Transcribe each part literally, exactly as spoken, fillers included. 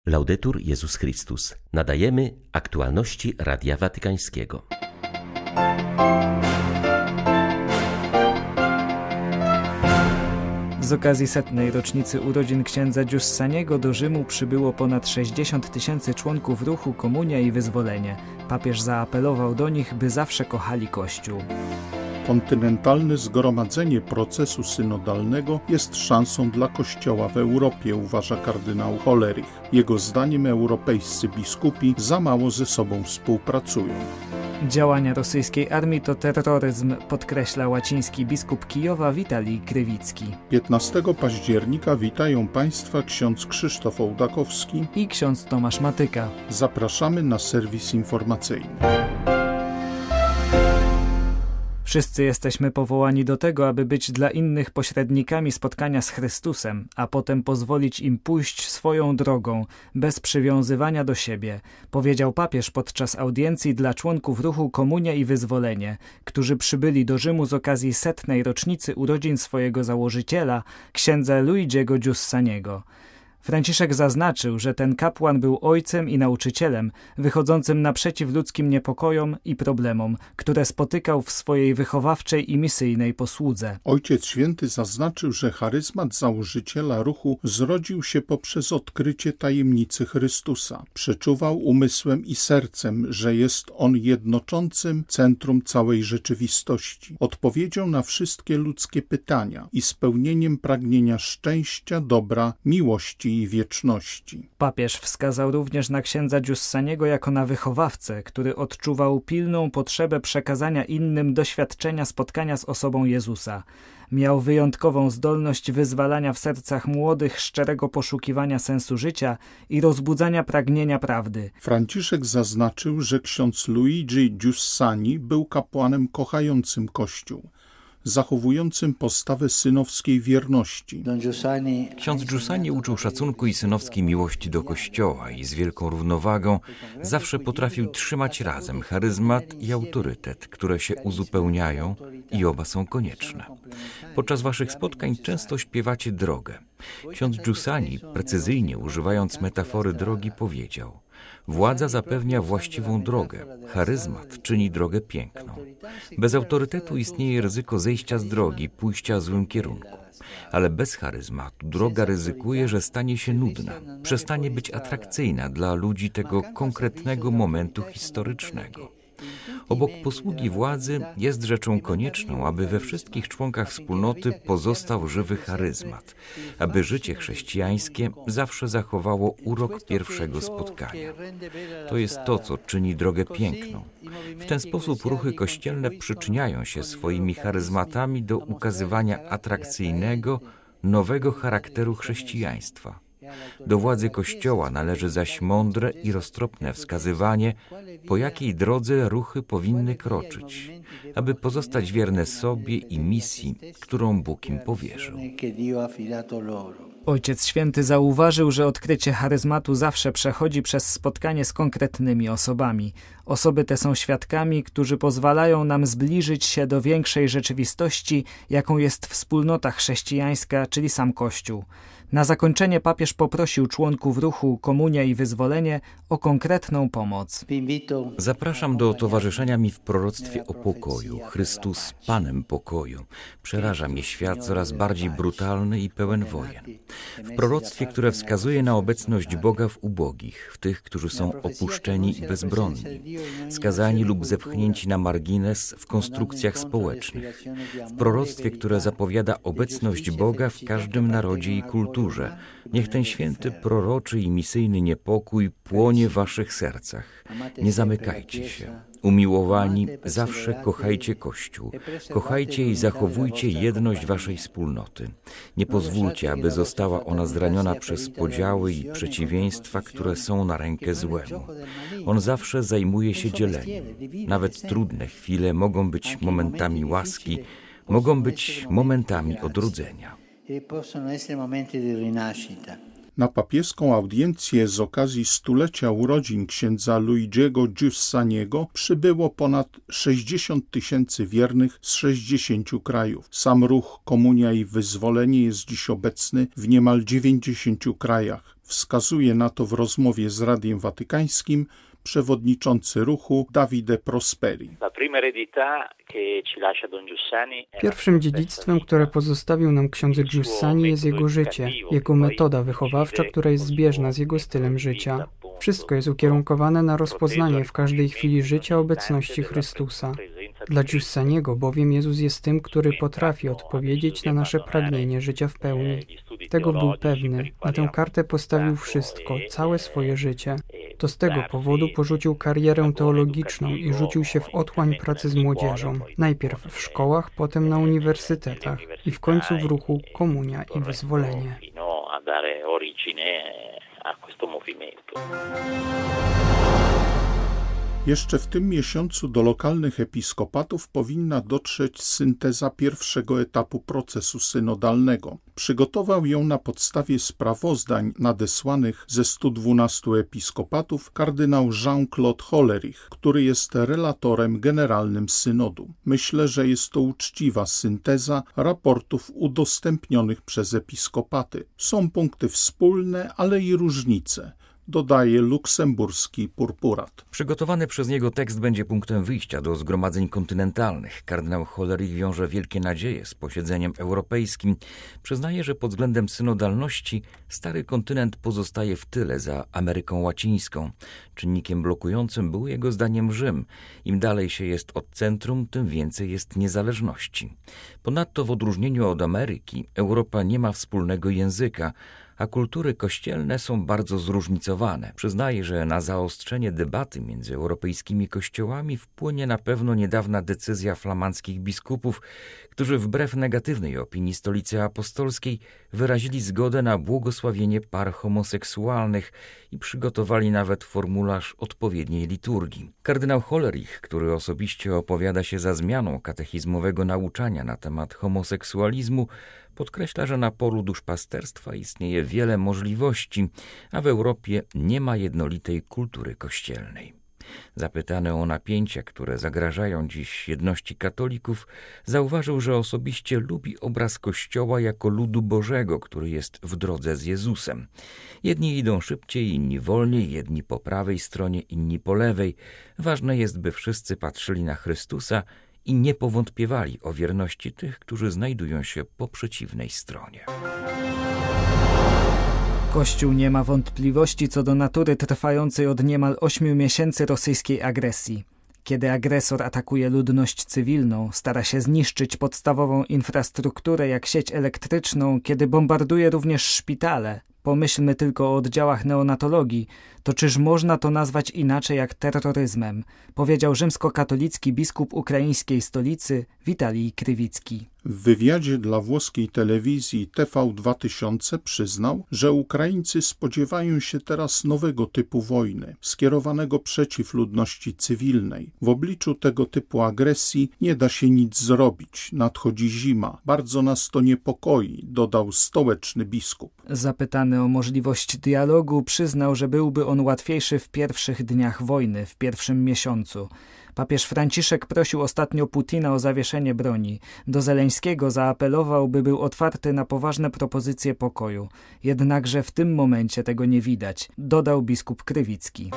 Laudetur Jezus Chrystus. Nadajemy aktualności Radia Watykańskiego. Z okazji setnej rocznicy urodzin księdza Giussaniego do Rzymu przybyło ponad sześćdziesiąt tysięcy członków ruchu Komunia i Wyzwolenie. Papież zaapelował do nich, by zawsze kochali Kościół. Kontynentalne zgromadzenie procesu synodalnego jest szansą dla Kościoła w Europie, uważa kardynał Hollerich. Jego zdaniem europejscy biskupi za mało ze sobą współpracują. Działania rosyjskiej armii to terroryzm, podkreśla łaciński biskup Kijowa Witalij Krywicki. piętnastego października witają Państwa ksiądz Krzysztof Ołdakowski i ksiądz Tomasz Matyka. Zapraszamy na serwis informacyjny. Wszyscy jesteśmy powołani do tego, aby być dla innych pośrednikami spotkania z Chrystusem, a potem pozwolić im pójść swoją drogą, bez przywiązywania do siebie, powiedział papież podczas audiencji dla członków ruchu Komunia i Wyzwolenie, którzy przybyli do Rzymu z okazji setnej rocznicy urodzin swojego założyciela, księdza Luigiego Giussaniego. Franciszek zaznaczył, że ten kapłan był ojcem i nauczycielem, wychodzącym naprzeciw ludzkim niepokojom i problemom, które spotykał w swojej wychowawczej i misyjnej posłudze. Ojciec Święty zaznaczył, że charyzmat założyciela ruchu zrodził się poprzez odkrycie tajemnicy Chrystusa. Przeczuwał umysłem i sercem, że jest on jednoczącym centrum całej rzeczywistości, odpowiedzią na wszystkie ludzkie pytania i spełnieniem pragnienia szczęścia, dobra, miłości i wieczności. Papież wskazał również na księdza Giussaniego jako na wychowawcę, który odczuwał pilną potrzebę przekazania innym doświadczenia spotkania z osobą Jezusa. Miał wyjątkową zdolność wyzwalania w sercach młodych szczerego poszukiwania sensu życia i rozbudzania pragnienia prawdy. Franciszek zaznaczył, że ksiądz Luigi Giussani był kapłanem kochającym Kościół, zachowującym postawę synowskiej wierności. Ksiądz Giussani uczył szacunku i synowskiej miłości do Kościoła i z wielką równowagą zawsze potrafił trzymać razem charyzmat i autorytet, które się uzupełniają i oba są konieczne. Podczas waszych spotkań często śpiewacie drogę. Ksiądz Giussani, precyzyjnie używając metafory drogi, powiedział: władza zapewnia właściwą drogę, charyzmat czyni drogę piękną. Bez autorytetu istnieje ryzyko zejścia z drogi, pójścia w złym kierunku. Ale bez charyzmatu droga ryzykuje, że stanie się nudna, przestanie być atrakcyjna dla ludzi tego konkretnego momentu historycznego. Obok posługi władzy jest rzeczą konieczną, aby we wszystkich członkach wspólnoty pozostał żywy charyzmat, aby życie chrześcijańskie zawsze zachowało urok pierwszego spotkania. To jest to, co czyni drogę piękną. W ten sposób ruchy kościelne przyczyniają się swoimi charyzmatami do ukazywania atrakcyjnego, nowego charakteru chrześcijaństwa. Do władzy Kościoła należy zaś mądre i roztropne wskazywanie, po jakiej drodze ruchy powinny kroczyć, aby pozostać wierne sobie i misji, którą Bóg im powierzył. Ojciec Święty zauważył, że odkrycie charyzmatu zawsze przechodzi przez spotkanie z konkretnymi osobami. Osoby te są świadkami, którzy pozwalają nam zbliżyć się do większej rzeczywistości, jaką jest wspólnota chrześcijańska, czyli sam Kościół. Na zakończenie papież poprosił członków ruchu Komunia i Wyzwolenie o konkretną pomoc. Zapraszam do towarzyszenia mi w proroctwie o pokoju. Chrystus, Panem pokoju. Przeraża mnie świat coraz bardziej brutalny i pełen wojen. W proroctwie, które wskazuje na obecność Boga w ubogich, w tych, którzy są opuszczeni i bezbronni, skazani lub zepchnięci na margines w konstrukcjach społecznych. W proroctwie, które zapowiada obecność Boga w każdym narodzie i kulturze. Niech ten święty proroczy i misyjny niepokój płonie w waszych sercach. Nie zamykajcie się. Umiłowani, zawsze kochajcie Kościół. Kochajcie i zachowujcie jedność waszej wspólnoty. Nie pozwólcie, aby została ona zraniona przez podziały i przeciwieństwa, które są na rękę złemu. On zawsze zajmuje się dzieleniem. Nawet trudne chwile mogą być momentami łaski, mogą być momentami odrodzenia. Na papieską audiencję z okazji stulecia urodzin księdza Luigiego Giussaniego przybyło ponad sześćdziesiąt tysięcy wiernych z sześćdziesięciu krajów. Sam ruch Komunia i Wyzwolenie jest dziś obecny w niemal dziewięćdziesięciu krajach. Wskazuje na to w rozmowie z Radiem Watykańskim przewodniczący ruchu Davide Prosperi. Pierwszym dziedzictwem, które pozostawił nam ksiądz Giussani, jest jego życie, jego metoda wychowawcza, która jest zbieżna z jego stylem życia. Wszystko jest ukierunkowane na rozpoznanie w każdej chwili życia obecności Chrystusa. Dla Giussaniego bowiem Jezus jest tym, który potrafi odpowiedzieć na nasze pragnienie życia w pełni. Tego był pewny. Na tę kartę postawił wszystko, całe swoje życie. To z tego powodu porzucił karierę teologiczną i rzucił się w otchłań pracy z młodzieżą. Najpierw w szkołach, potem na uniwersytetach i w końcu w ruchu Komunia i Wyzwolenie. Jeszcze w tym miesiącu do lokalnych episkopatów powinna dotrzeć synteza pierwszego etapu procesu synodalnego. Przygotował ją na podstawie sprawozdań nadesłanych ze stu dwunastu episkopatów kardynał Jean-Claude Hollerich, który jest relatorem generalnym synodu. Myślę, że jest to uczciwa synteza raportów udostępnionych przez episkopaty. Są punkty wspólne, ale i różnice, dodaje luksemburski purpurat. Przygotowany przez niego tekst będzie punktem wyjścia do zgromadzeń kontynentalnych. Kardynał Hollerich wiąże wielkie nadzieje z posiedzeniem europejskim. Przyznaje, że pod względem synodalności stary kontynent pozostaje w tyle za Ameryką Łacińską. Czynnikiem blokującym był jego zdaniem Rzym. Im dalej się jest od centrum, tym więcej jest niezależności. Ponadto w odróżnieniu od Ameryki Europa nie ma wspólnego języka, a kultury kościelne są bardzo zróżnicowane. Przyznaje, że na zaostrzenie debaty między europejskimi kościołami wpłynie na pewno niedawna decyzja flamandzkich biskupów, którzy wbrew negatywnej opinii Stolicy Apostolskiej wyrazili zgodę na błogosławienie par homoseksualnych i przygotowali nawet formularz odpowiedniej liturgii. Kardynał Hollerich, który osobiście opowiada się za zmianą katechizmowego nauczania na temat homoseksualizmu, podkreśla, że na polu duszpasterstwa istnieje wiele możliwości, a w Europie nie ma jednolitej kultury kościelnej. Zapytany o napięcia, które zagrażają dziś jedności katolików, zauważył, że osobiście lubi obraz Kościoła jako ludu Bożego, który jest w drodze z Jezusem. Jedni idą szybciej, inni wolniej, jedni po prawej stronie, inni po lewej. Ważne jest, by wszyscy patrzyli na Chrystusa i nie powątpiewali o wierności tych, którzy znajdują się po przeciwnej stronie. Kościół nie ma wątpliwości co do natury trwającej od niemal ośmiu miesięcy rosyjskiej agresji. Kiedy agresor atakuje ludność cywilną, stara się zniszczyć podstawową infrastrukturę jak sieć elektryczną, kiedy bombarduje również szpitale. Pomyślmy tylko o oddziałach neonatologii, to czyż można to nazwać inaczej jak terroryzmem, powiedział rzymskokatolicki biskup ukraińskiej stolicy Witalij Krywicki. W wywiadzie dla włoskiej telewizji T V dwa tysiące przyznał, że Ukraińcy spodziewają się teraz nowego typu wojny, skierowanego przeciw ludności cywilnej. W obliczu tego typu agresji nie da się nic zrobić, nadchodzi zima. Bardzo nas to niepokoi, dodał stołeczny biskup. Zapytany o możliwość dialogu, przyznał, że byłby on łatwiejszy w pierwszych dniach wojny, w pierwszym miesiącu. Papież Franciszek prosił ostatnio Putina o zawieszenie broni. Do Zeleńskiego zaapelował, by był otwarty na poważne propozycje pokoju. Jednakże w tym momencie tego nie widać, dodał biskup Krywicki.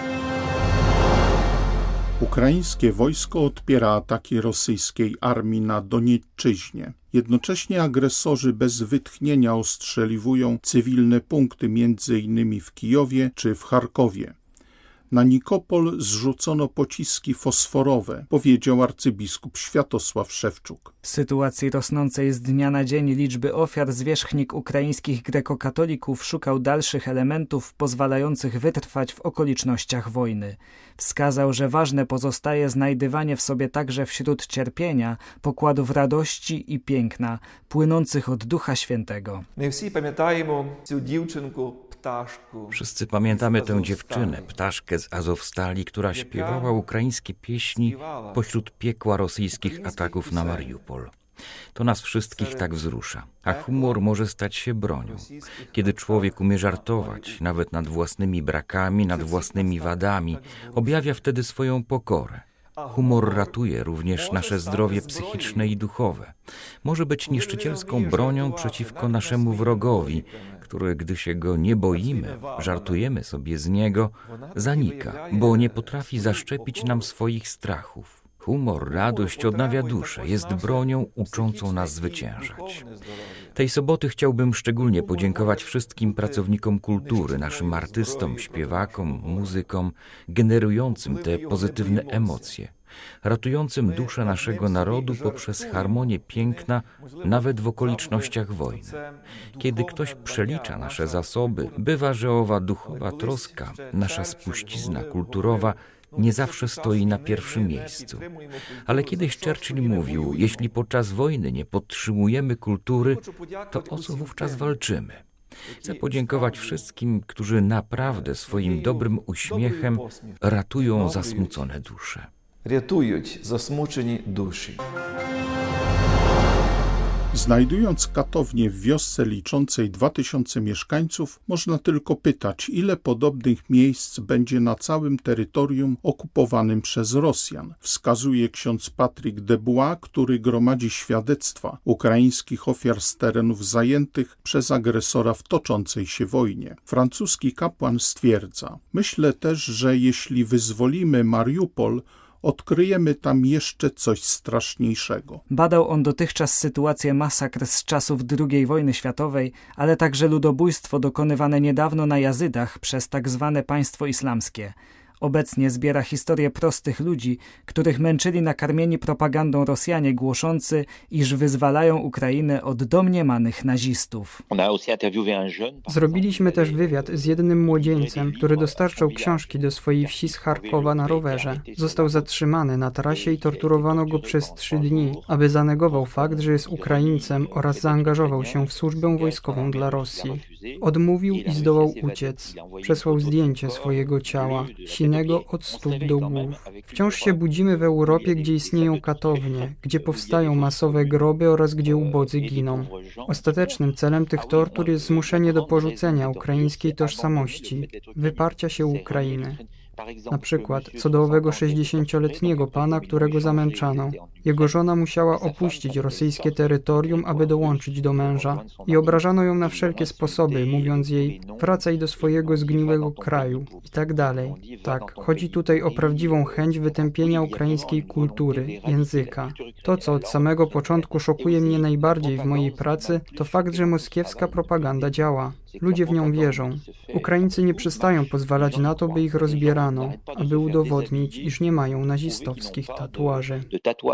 Ukraińskie wojsko odpiera ataki rosyjskiej armii na Doniecczyźnie. Jednocześnie agresorzy bez wytchnienia ostrzeliwują cywilne punkty, między innymi w Kijowie czy w Charkowie. Na Nikopol zrzucono pociski fosforowe, powiedział arcybiskup Światosław Szewczuk. W sytuacji rosnącej z dnia na dzień liczby ofiar zwierzchnik ukraińskich grekokatolików szukał dalszych elementów pozwalających wytrwać w okolicznościach wojny. Wskazał, że ważne pozostaje znajdywanie w sobie także wśród cierpienia pokładów radości i piękna, płynących od Ducha Świętego. My wszyscy pamiętajmy tę dziewczynkę, ptaszku. Wszyscy pamiętamy tę dziewczynę, ptaszkę z Azowstali, która śpiewała ukraińskie pieśni pośród piekła rosyjskich ataków na Mariupol. To nas wszystkich tak wzrusza. A humor może stać się bronią. Kiedy człowiek umie żartować, nawet nad własnymi brakami, nad własnymi wadami, objawia wtedy swoją pokorę. Humor ratuje również nasze zdrowie psychiczne i duchowe. Może być niszczycielską bronią przeciwko naszemu wrogowi, który, gdy się go nie boimy, żartujemy sobie z niego, zanika, bo nie potrafi zaszczepić nam swoich strachów. Humor, radość odnawia duszę, jest bronią uczącą nas zwyciężać. Tej soboty chciałbym szczególnie podziękować wszystkim pracownikom kultury, naszym artystom, śpiewakom, muzykom, generującym te pozytywne emocje, ratującym duszę naszego narodu poprzez harmonię piękna, nawet w okolicznościach wojny. Kiedy ktoś przelicza nasze zasoby, bywa, że owa duchowa troska, nasza spuścizna kulturowa, nie zawsze stoi na pierwszym miejscu. Ale kiedyś Churchill mówił, jeśli podczas wojny nie podtrzymujemy kultury, to o co wówczas walczymy? Chcę podziękować wszystkim, którzy naprawdę swoim dobrym uśmiechem ratują zasmucone dusze. Рятують засмучені душі. Znajdując katownię w wiosce liczącej dwa tysiące mieszkańców, można tylko pytać, ile podobnych miejsc będzie na całym terytorium okupowanym przez Rosjan, wskazuje ksiądz Patryk Debois, który gromadzi świadectwa ukraińskich ofiar z terenów zajętych przez agresora w toczącej się wojnie. Francuski kapłan stwierdza: myślę też, że jeśli wyzwolimy Mariupol, odkryjemy tam jeszcze coś straszniejszego. Badał on dotychczas sytuację masakr z czasów drugiej wojny światowej, ale także ludobójstwo dokonywane niedawno na Jazydach przez tak zwane państwo islamskie. Obecnie zbiera historię prostych ludzi, których męczyli nakarmieni propagandą Rosjanie głoszący, iż wyzwalają Ukrainę od domniemanych nazistów. Zrobiliśmy też wywiad z jednym młodzieńcem, który dostarczał książki do swojej wsi z Charkowa na rowerze. Został zatrzymany na trasie i torturowano go przez trzy dni, aby zanegował fakt, że jest Ukraińcem oraz zaangażował się w służbę wojskową dla Rosji. Odmówił i zdołał uciec. Przesłał zdjęcie swojego ciała, sinego od stóp do głów. Wciąż się budzimy w Europie, gdzie istnieją katownie, gdzie powstają masowe groby oraz gdzie ubodzy giną. Ostatecznym celem tych tortur jest zmuszenie do porzucenia ukraińskiej tożsamości, wyparcia się Ukrainy. Na przykład co do owego sześćdziesięcioletniego pana, którego zamęczano. Jego żona musiała opuścić rosyjskie terytorium, aby dołączyć do męża i obrażano ją na wszelkie sposoby, mówiąc jej: wracaj do swojego zgniłego kraju i tak dalej. Tak, chodzi tutaj o prawdziwą chęć wytępienia ukraińskiej kultury, języka. To, co od samego początku szokuje mnie najbardziej w mojej pracy, to fakt, że moskiewska propaganda działa. Ludzie w nią wierzą. Ukraińcy nie przestają pozwalać na to, by ich rozbierano, aby udowodnić, iż nie mają nazistowskich tatuaży.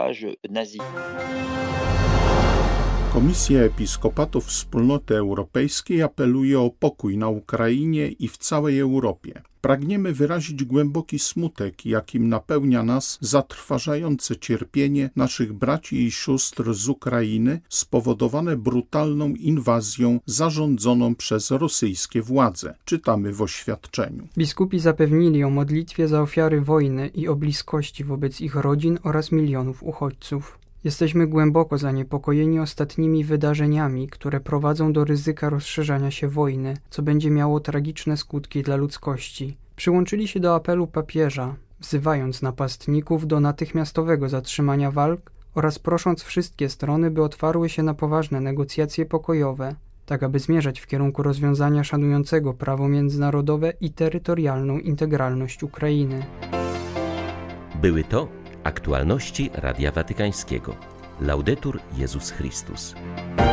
Komisja Episkopatu Wspólnoty Europejskiej apeluje o pokój na Ukrainie i w całej Europie. Pragniemy wyrazić głęboki smutek, jakim napełnia nas zatrważające cierpienie naszych braci i sióstr z Ukrainy spowodowane brutalną inwazją zarządzoną przez rosyjskie władze, czytamy w oświadczeniu. Biskupi zapewnili o modlitwie za ofiary wojny i o bliskości wobec ich rodzin oraz milionów uchodźców. Jesteśmy głęboko zaniepokojeni ostatnimi wydarzeniami, które prowadzą do ryzyka rozszerzania się wojny, co będzie miało tragiczne skutki dla ludzkości. Przyłączyli się do apelu papieża, wzywając napastników do natychmiastowego zatrzymania walk oraz prosząc wszystkie strony, by otwarły się na poważne negocjacje pokojowe, tak aby zmierzać w kierunku rozwiązania szanującego prawo międzynarodowe i terytorialną integralność Ukrainy. Były to aktualności Radia Watykańskiego. Laudetur Jezus Chrystus.